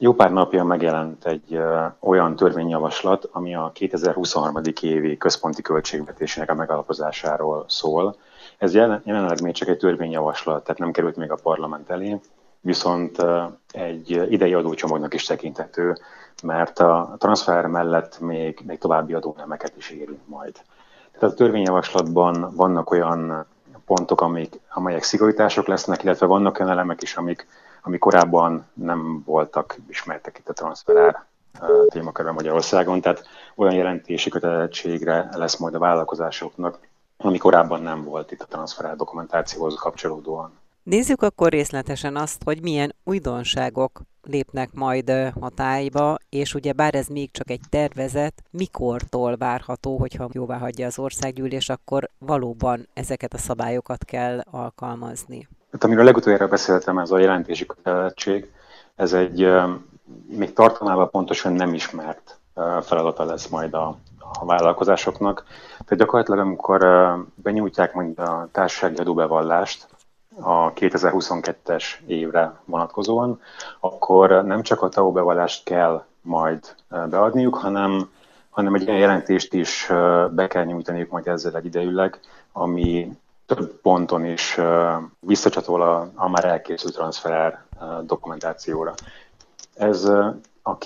Jó pár napja megjelent egy olyan törvényjavaslat, ami a 2023. évi központi költségvetésének a megalapozásáról szól. Ez jelenleg még csak egy törvényjavaslat, tehát nem került még a parlament elé, viszont egy idei adócsomagnak is tekinthető, mert a transfer mellett még további adónemeket is érint majd. Tehát a törvényjavaslatban vannak olyan pontok, amelyek szigorítások lesznek, illetve vannak olyan elemek is, amik korábban nem voltak ismertek itt a transferár témakörben Magyarországon, tehát olyan jelentési kötelezettségre lesz majd a vállalkozásoknak, ami korábban nem volt itt a transferár dokumentációhoz kapcsolódóan. Nézzük akkor részletesen azt, hogy milyen újdonságok lépnek majd hatályba, és ugye bár ez még csak egy tervezet, mikortól várható, hogyha jóváhagyja az országgyűlés, akkor valóban ezeket a szabályokat kell alkalmazni. Hát, amiről legutoljára beszéltem, ez a jelentési kötelezettség, ez egy még tartalmával pontosan nem ismert feladata lesz majd a vállalkozásoknak. Tehát gyakorlatilag, amikor benyújtják majd a társasági adóbevallást a 2022-es évre vonatkozóan, akkor nem csak a TAO bevallást kell majd beadniuk, hanem egy olyan jelentést is be kell nyújtaniuk majd ezzel egyidejűleg, ami több ponton is visszacsatol a már elkészült transferár dokumentációra. Ez a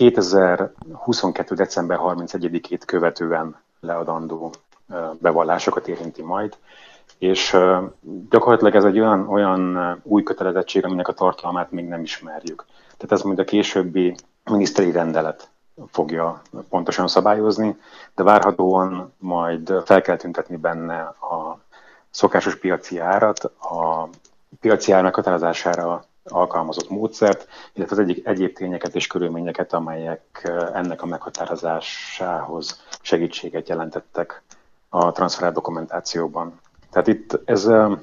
2022. december 31-ét követően leadandó bevallásokat érinti majd, és gyakorlatilag ez egy olyan új kötelezettség, aminek a tartalmát még nem ismerjük. Tehát ez majd a későbbi miniszteri rendelet fogja pontosan szabályozni, de várhatóan majd fel kell tüntetni benne a szokásos piaci árat, a piaci ár meghatározására alkalmazott módszert, illetve az egyéb tényeket és körülményeket, amelyek ennek a meghatározásához segítséget jelentettek a transferár dokumentációban. Tehát itt ez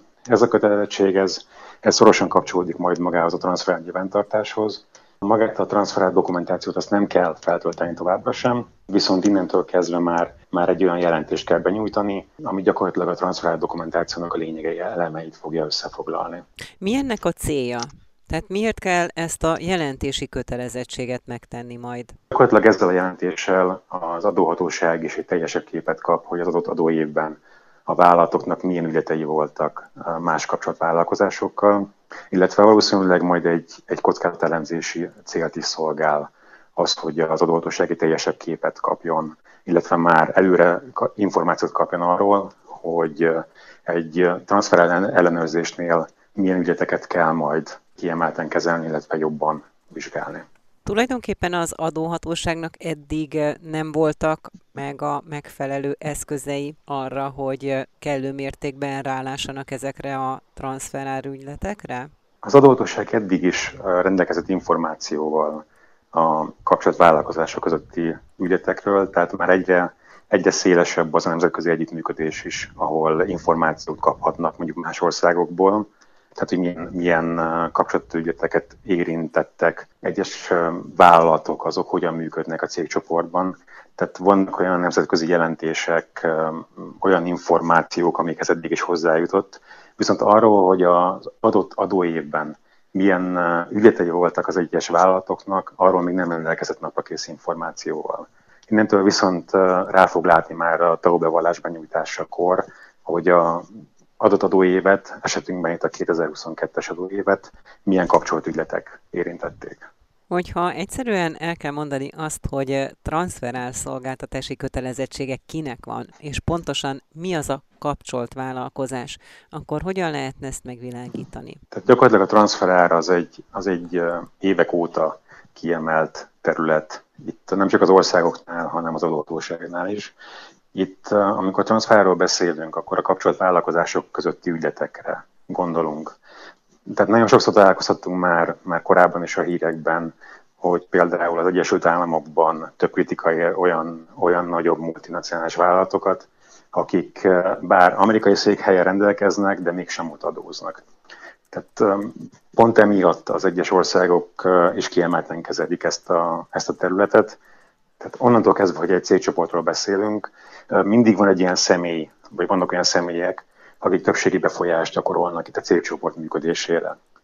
a kötelezettség, ez szorosan kapcsolódik majd magához a transferár nyilvántartáshoz. Magát a transferár dokumentációt azt nem kell feltölteni továbbra sem, viszont innentől kezdve már egy olyan jelentést kell benyújtani, ami gyakorlatilag a transferár dokumentációnak a lényegi elemeit fogja összefoglalni. Mi ennek a célja? Tehát miért kell ezt a jelentési kötelezettséget megtenni majd? Gyakorlatilag ezzel a jelentéssel az adóhatóság is egy teljesebb képet kap, hogy az adott adóévben a vállalatoknak milyen ügyletei voltak más kapcsolatvállalkozásokkal, illetve valószínűleg majd egy kockázatelemzési célt is szolgál azt, hogy az adóhatóság egy teljesebb képet kapjon, illetve már előre információt kapjon arról, hogy egy transfer ellenőrzésnél milyen ügyleteket kell majd kiemelten kezelni, illetve jobban vizsgálni. Tulajdonképpen az adóhatóságnak eddig nem voltak meg a megfelelő eszközei arra, hogy kellő mértékben rálássanak ezekre a transferárügyletekre? Az adóhatóság eddig is rendelkezett információval a kapcsolatvállalkozások közötti ügyletekről, tehát már egyre szélesebb az a nemzetközi együttműködés is, ahol információt kaphatnak mondjuk más országokból, tehát hogy milyen kapcsolatügyleteket érintettek egyes vállalatok, azok hogyan működnek a cégcsoportban. Tehát vannak olyan nemzetközi jelentések, olyan információk, amikhez eddig is hozzájutott, viszont arról, hogy az adott adóévben milyen ügyletei voltak az egyes vállalatoknak, arról még nem rendelkezett naprakész információval. Innentől viszont rá fog látni már a TAO bevallás benyújtásakor, hogy a adott adóévet, esetünkben itt a 2022-es adóévet, milyen kapcsolt ügyletek érintették. Hogyha egyszerűen el kell mondani azt, hogy transferál szolgáltatási kötelezettségek kinek van, és pontosan mi az a kapcsolt vállalkozás, akkor hogyan lehetne ezt megvilágítani? Tehát gyakorlatilag a transferár az egy évek óta kiemelt terület. Itt nem csak az országoknál, hanem az adóhatóságnál is. Itt, amikor transferáról beszélünk, akkor a kapcsolt vállalkozások közötti ügyletekre gondolunk. Tehát nagyon sokszor találkozhattunk már korábban is a hírekben, hogy például az Egyesült Államokban több kritika ér olyan nagyobb multinacionális vállalatokat, akik bár amerikai székhelyen rendelkeznek, de mégsem ott adóznak. Tehát pont emiatt az egyes országok is kiemelten kezelik ezt a területet. Tehát onnantól kezdve, hogy egy cégcsoportról beszélünk, mindig van egy ilyen személy, vagy vannak olyan személyek, akik többségi befolyást gyakorolnak itt a cégcsoport működésére.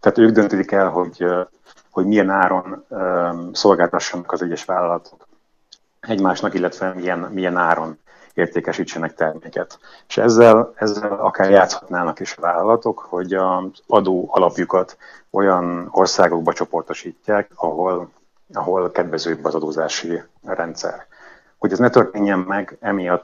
Tehát ők döntik el, hogy milyen áron szolgáltassanak az egyes vállalatok egymásnak, illetve milyen áron értékesítsenek terméket. És ezzel akár játszhatnának is a vállalatok, hogy az adó alapjukat olyan országokba csoportosítják, ahol kedvezőbb az adózási rendszer. Hogy ez ne történjen meg,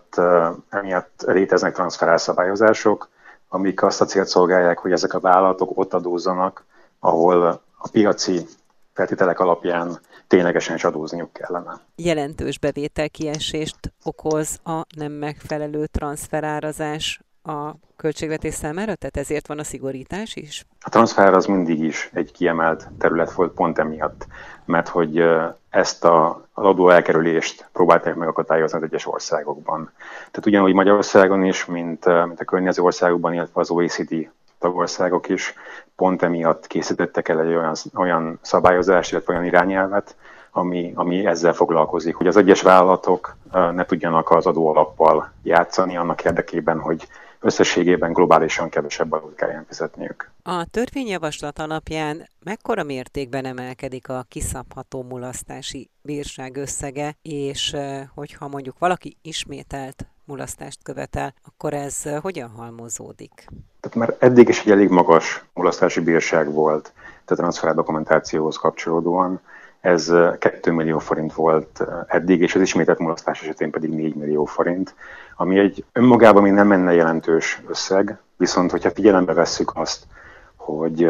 emiatt léteznek transzferálszabályozások, amik azt a célt szolgálják, hogy ezek a vállalatok ott adózzanak, ahol a piaci feltételek alapján ténylegesen is adózniuk kellene. Jelentős bevételkiesést okoz a nem megfelelő transzferárazás a költségvetés számára? Tehát ezért van a szigorítás is? A transzfer az mindig is egy kiemelt terület volt pont emiatt, mert hogy ezt az adó elkerülést próbálták megakadályozni az egyes országokban. Tehát ugyanúgy Magyarországon is, mint a környező országokban, illetve az OECD tagországok is pont emiatt készítettek el egy olyan szabályozást, illetve olyan irányelvet, ami ezzel foglalkozik, hogy az egyes vállalatok ne tudjanak az adóalappal játszani annak érdekében, hogy összességében globálisan kevesebb adót kelljen fizetniük. A törvényjavaslat alapján mekkora mértékben emelkedik a kiszabható mulasztási bírság összege, és hogyha mondjuk valaki ismételt mulasztást követel, akkor ez hogyan halmozódik? Tehát már eddig is egy elég magas mulasztási bírság volt a transzferált dokumentációhoz kapcsolódóan. Ez 2 millió forint volt eddig, és az ismételt mulasztás esetén pedig 4 millió forint, ami egy önmagában még nem menne jelentős összeg, viszont hogyha figyelembe vesszük azt, hogy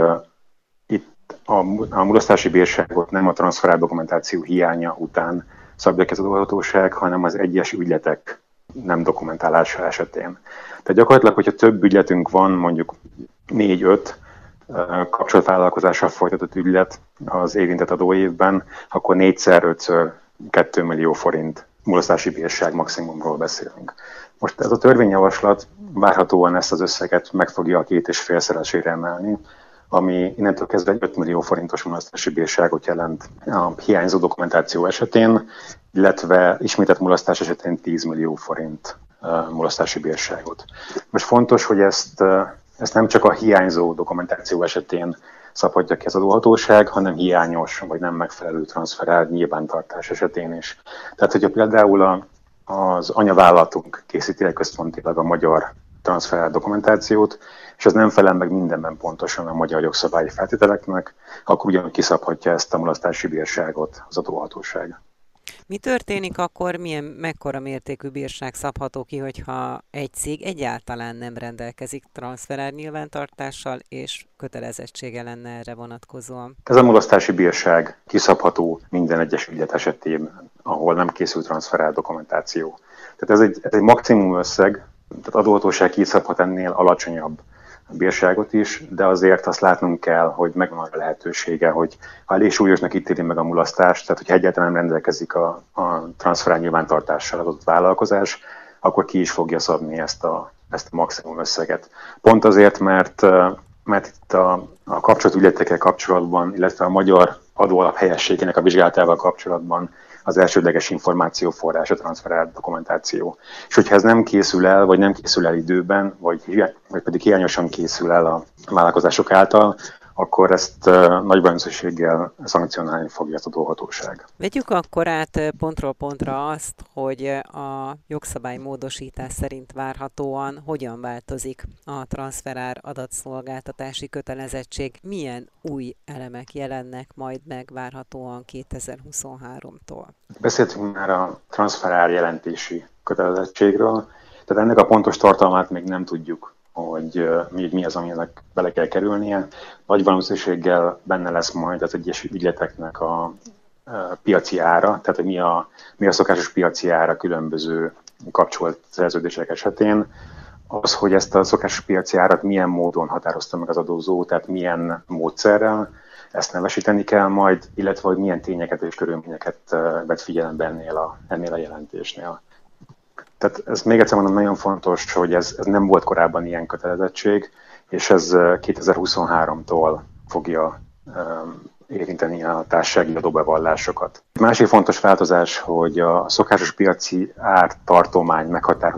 itt a mulasztási bírságot nem a transzferált dokumentáció hiánya után szabja ki az adóhatóság, hanem az egyes ügyletek nem dokumentálása esetén. Tehát gyakorlatilag, hogyha több ügyletünk van, mondjuk 4-5 kapcsolatvállalkozással folytatott ügylet az érintett adóévben, akkor 4-5-ször 2 millió forint mulasztási bírság maximumról beszélünk. Most ez a törvényjavaslat várhatóan ezt az összeget meg fogja a 2,5-szeresére emelni, ami innentől kezdve egy 5 millió forintos mulasztási bírságot jelent a hiányzó dokumentáció esetén, illetve ismételt mulasztás esetén 10 millió forint mulasztási bírságot. Most fontos, hogy ezt nem csak a hiányzó dokumentáció esetén szabhatja ki az adóhatóság, hanem hiányos vagy nem megfelelő transzferált nyilvántartás esetén is. Tehát, hogyha például az anyavállalatunk készíti el központilag a magyar transzferált dokumentációt, és ez nem felel meg mindenben pontosan a magyar jogszabályi feltételeknek, akkor ugyanúgy kiszabhatja ezt a mulasztási bírságot az adóhatóság. Mi történik akkor, mekkora mértékű bírság szabható ki, hogyha egy cég egyáltalán nem rendelkezik transzferált nyilvántartással, és kötelezettsége lenne erre vonatkozóan? Ez a mulasztási bírság kiszabható minden egyes ügylet esetében, ahol nem készül transzferált dokumentáció. Tehát ez egy maximum összeg, tehát adóhatóság kiszabhat ennél alacsonyabb bírságot is, de azért azt látnunk kell, hogy megvan a lehetősége, hogy ha elég súlyosnak ítéli meg a mulasztást, tehát hogyha egyáltalán nem rendelkezik a transzferált nyilvántartással adott vállalkozás, akkor ki is fogja szabni ezt a maximum összeget. Pont azért, mert itt a kapcsolatügyletekkel kapcsolatban, illetve a magyar adóalap helyességének a vizsgálatával kapcsolatban az elsődleges információforrás a transzferált dokumentáció. És hogyha ez nem készül el, vagy nem készül el időben, vagy pedig hiányosan készül el a vállalkozások által, akkor ezt nagy valószínűséggel szankcionálni fogja az adóhatóság. Vegyük akkor át pontról pontra azt, hogy a jogszabály módosítás szerint várhatóan hogyan változik a transzferár adatszolgáltatási kötelezettség, milyen új elemek jelennek majd meg várhatóan 2023-tól. Beszéltünk már a transzferár jelentési kötelezettségről, tehát ennek a pontos tartalmát még nem tudjuk, hogy mi az, aminek bele kell kerülnie. Nagy valószínűséggel benne lesz majd az egyes ügyleteknek a piaci ára, tehát hogy mi a szokásos piaci ára különböző kapcsolt szerződések esetén. Az, hogy ezt a szokásos piaci árat milyen módon határozta meg az adózó, tehát milyen módszerrel, ezt nevesíteni kell majd, illetve hogy milyen tényeket és körülményeket vett figyelembe ennél a jelentésnél. Tehát ez még egyszer mondom, nagyon fontos, hogy ez nem volt korábban ilyen kötelezettség, és ez 2023-tól fogja érinteni a társasági adóbevallásokat. A másik fontos változás, hogy a szokásos piaci ártartomány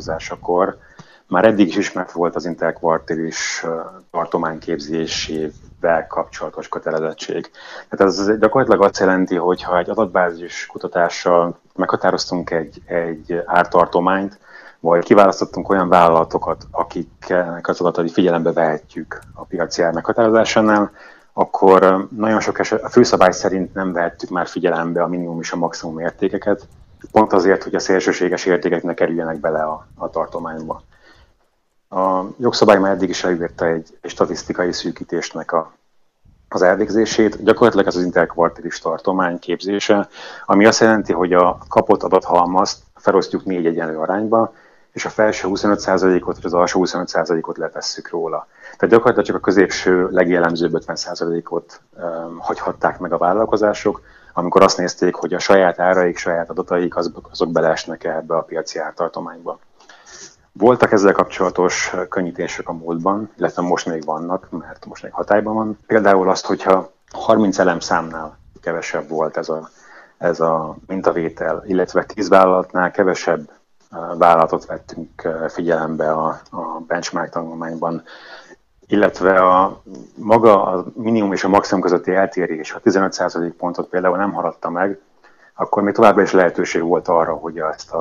meghatározásakor már eddig is ismert volt az interkvartális tartományképzési vel kapcsolatos kötelezettség. Tehát ez gyakorlatilag azt jelenti, hogy ha egy adatbázis kutatással meghatároztunk egy ártartományt, vagy kiválasztottunk olyan vállalatokat, akiknek az adatai figyelembe vehetjük a piaci ár meghatározásánál, akkor nagyon sok eset, a főszabály szerint nem vehettük már figyelembe a minimum és a maximum értékeket, pont azért, hogy a szélsőséges értékek ne kerüljenek bele a tartományba. A jogszabály már eddig is előírta egy statisztikai szűkítésnek az elvégzését. Gyakorlatilag ez az interkvartális tartomány képzése, ami azt jelenti, hogy a kapott adathalmazt felosztjuk 4 egyenlő arányba, és a felső 25%-ot és az alsó 25%-ot letesszük róla. Tehát gyakorlatilag csak a középső, legjellemzőbb 50%-ot hagyhatták meg a vállalkozások, amikor azt nézték, hogy a saját áraik, saját adataik azok beleesnek ebbe a piaci ártartományba. Voltak ezzel kapcsolatos könnyítések a múltban, illetve most még vannak, mert most még hatályban van. Például azt, hogyha 30 elemszámnál kevesebb volt ez a mintavétel, illetve 10 vállalatnál kevesebb vállalatot vettünk figyelembe a benchmark tanulmányban, illetve maga a minimum és a maximum közötti eltérés, ha 15% pontot például nem haladta meg, akkor még továbbra is lehetőség volt arra, hogy ezt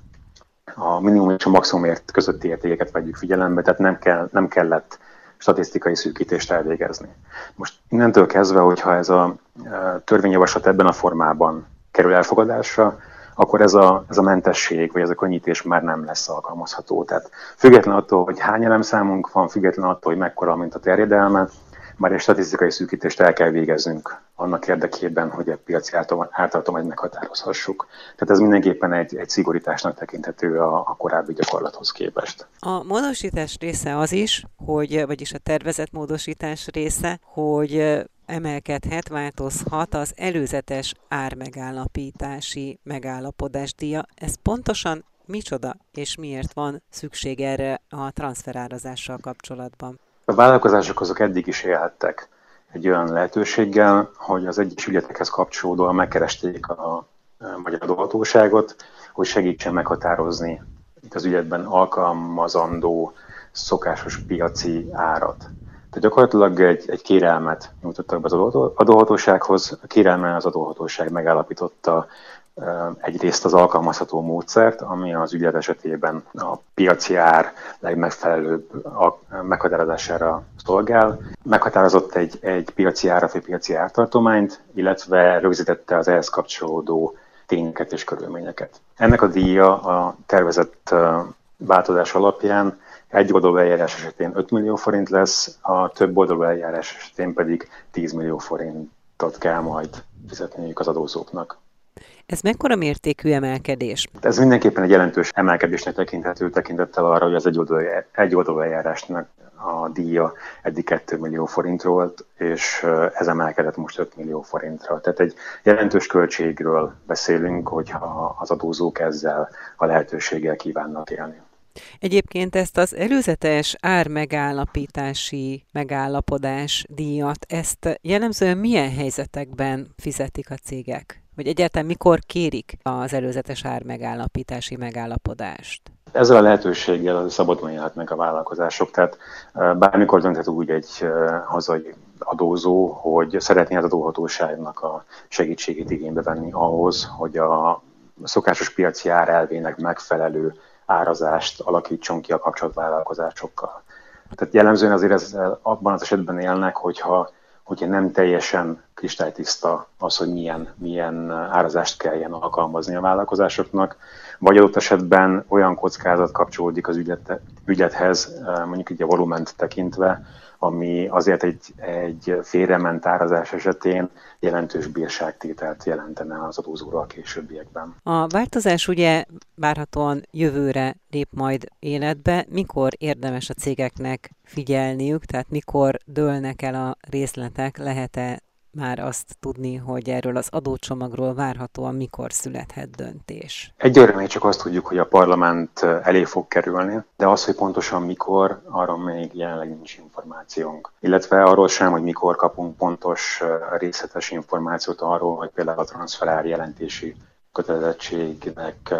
a minimum és a maximum közötti értékeket vegyük figyelembe, tehát nem kellett statisztikai szűkítést elvégezni. Most innentől kezdve, hogyha ez a törvényjavaslat ebben a formában kerül elfogadásra, akkor ez a mentesség, vagy ez a könnyítés már nem lesz alkalmazható. Tehát független attól, hogy hány elemszámunk van, független attól, hogy mekkora mint a terjedelme, már egy statisztikai szűkítést el kell végeznünk annak érdekében, hogy a piaci ártartományt meghatározhassuk. Tehát ez mindenképpen egy szigorításnak tekinthető a korábbi gyakorlathoz képest. A módosítás része az is, vagyis a tervezett módosítás része, hogy emelkedhet, változhat az előzetes ármegállapítási megállapodás díja. Ez pontosan micsoda és miért van szükség erre a transferárazással kapcsolatban? A vállalkozások azok eddig is élhettek egy olyan lehetőséggel, hogy az egyes ügyletekhez kapcsolódóan megkeresték a magyar adóhatóságot, hogy segítsen meghatározni itt az ügyletben alkalmazandó szokásos piaci árat. Tehát gyakorlatilag egy kérelmet nyújtottak be az adóhatósághoz, a kérelmen az adóhatóság megállapította egyrészt az alkalmazható módszert, ami az ügylet esetében a piaci ár legmegfelelőbb meghatározására szolgál. Meghatározott egy piaci árat, vagy piaci ártartományt, illetve rögzítette az ehhez kapcsolódó tényeket és körülményeket. Ennek a díja a tervezett változás alapján egy oldalú eljárás esetén 5 millió forint lesz, a több oldalú eljárás esetén pedig 10 millió forintot kell majd fizetniük az adózóknak. Ez mekkora mértékű emelkedés? Ez mindenképpen egy jelentős emelkedésnek tekinthető, tekintettel arra, hogy az egy oldalú eljárásnak a díja eddig 2 millió forint volt, és ez emelkedett most 5 millió forintra. Tehát egy jelentős költségről beszélünk, hogyha az adózók ezzel a lehetőséggel kívánnak élni. Egyébként ezt az előzetes ármegállapítási megállapodás díjat, ezt jellemzően milyen helyzetekben fizetik a cégek? Vagy egyáltalán mikor kérik az előzetes ármegállapítási megállapodást? Ezzel a lehetőséggel szabadon élhetnek a vállalkozások, tehát bármikor dönthet úgy egy hazai adózó, hogy szeretné az adóhatóságnak a segítségét igénybe venni ahhoz, hogy a szokásos piaci ár elvének megfelelő árazást alakítson ki a kapcsolatvállalkozásokkal. Tehát jellemzően azért ezzel abban az esetben élnek, hogyha nem teljesen kristálytiszta az, hogy milyen árazást kelljen alkalmazni a vállalkozásoknak, vagy adott esetben olyan kockázat kapcsolódik az ügylethez, mondjuk így a volument tekintve, ami azért egy félrement árazás esetén jelentős bírságtételt jelentene az adózóra a későbbiekben. A változás ugye várhatóan jövőre lép majd életbe. Mikor érdemes a cégeknek figyelniük, tehát mikor dőlnek el a részletek, lehet-e már azt tudni, hogy erről az adócsomagról várhatóan mikor születhet döntés? Egyelőre még csak azt tudjuk, hogy a parlament elé fog kerülni, de az, hogy pontosan mikor, arról még jelenleg nincs információnk. Illetve arról sem, hogy mikor kapunk pontos részletes információt arról, hogy például a transferár jelentési kötelezettségnek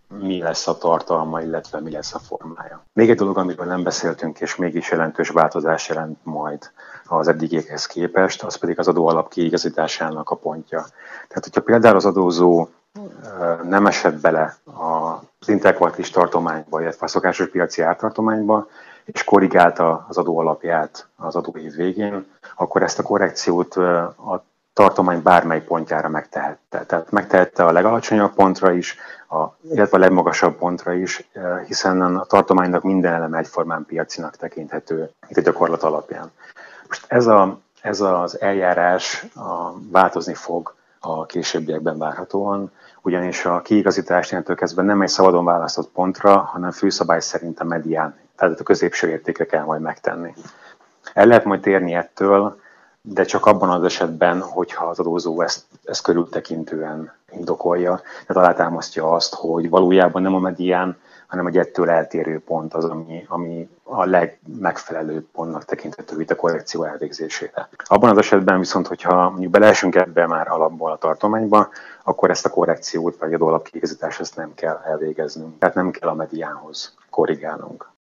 mi lesz a tartalma, illetve mi lesz a formája. Még egy dolog, amiről nem beszéltünk, és mégis jelentős változás jelent majd az eddigiekhez képest, az pedig az adóalap kiigazításának a pontja. Tehát, hogyha például az adózó nem esett bele az interkvartális tartományba, illetve a szokásos piaci ártartományba, és korrigálta az adóalapját az adóév végén, akkor ezt a korrekciót a tartomány bármely pontjára megtehette. Tehát megtehette a legalacsonyabb pontra is, illetve a legmagasabb pontra is, hiszen a tartománynak minden eleme egyformán piacinak tekinthető itt a gyakorlat alapján. Most ez az eljárás változni fog a későbbiekben várhatóan, ugyanis a kiigazítás innentől kezdve nem egy szabadon választott pontra, hanem főszabály szerint a medián, tehát a középső értékre kell majd megtenni. El lehet majd térni ettől, de csak abban az esetben, hogyha az adózó ezt körültekintően indokolja, tehát alátámasztja azt, hogy valójában nem a medián, hanem egy ettől eltérő pont az, ami a legmegfelelőbb pontnak tekinthető itt a korrekció elvégzésére. Abban az esetben viszont, hogyha mondjuk beleesünk ebbe már alapból a tartományba, akkor ezt a korrekciót vagy adóalap kiigazítást ezt nem kell elvégeznünk. Tehát nem kell a mediánhoz korrigálnunk.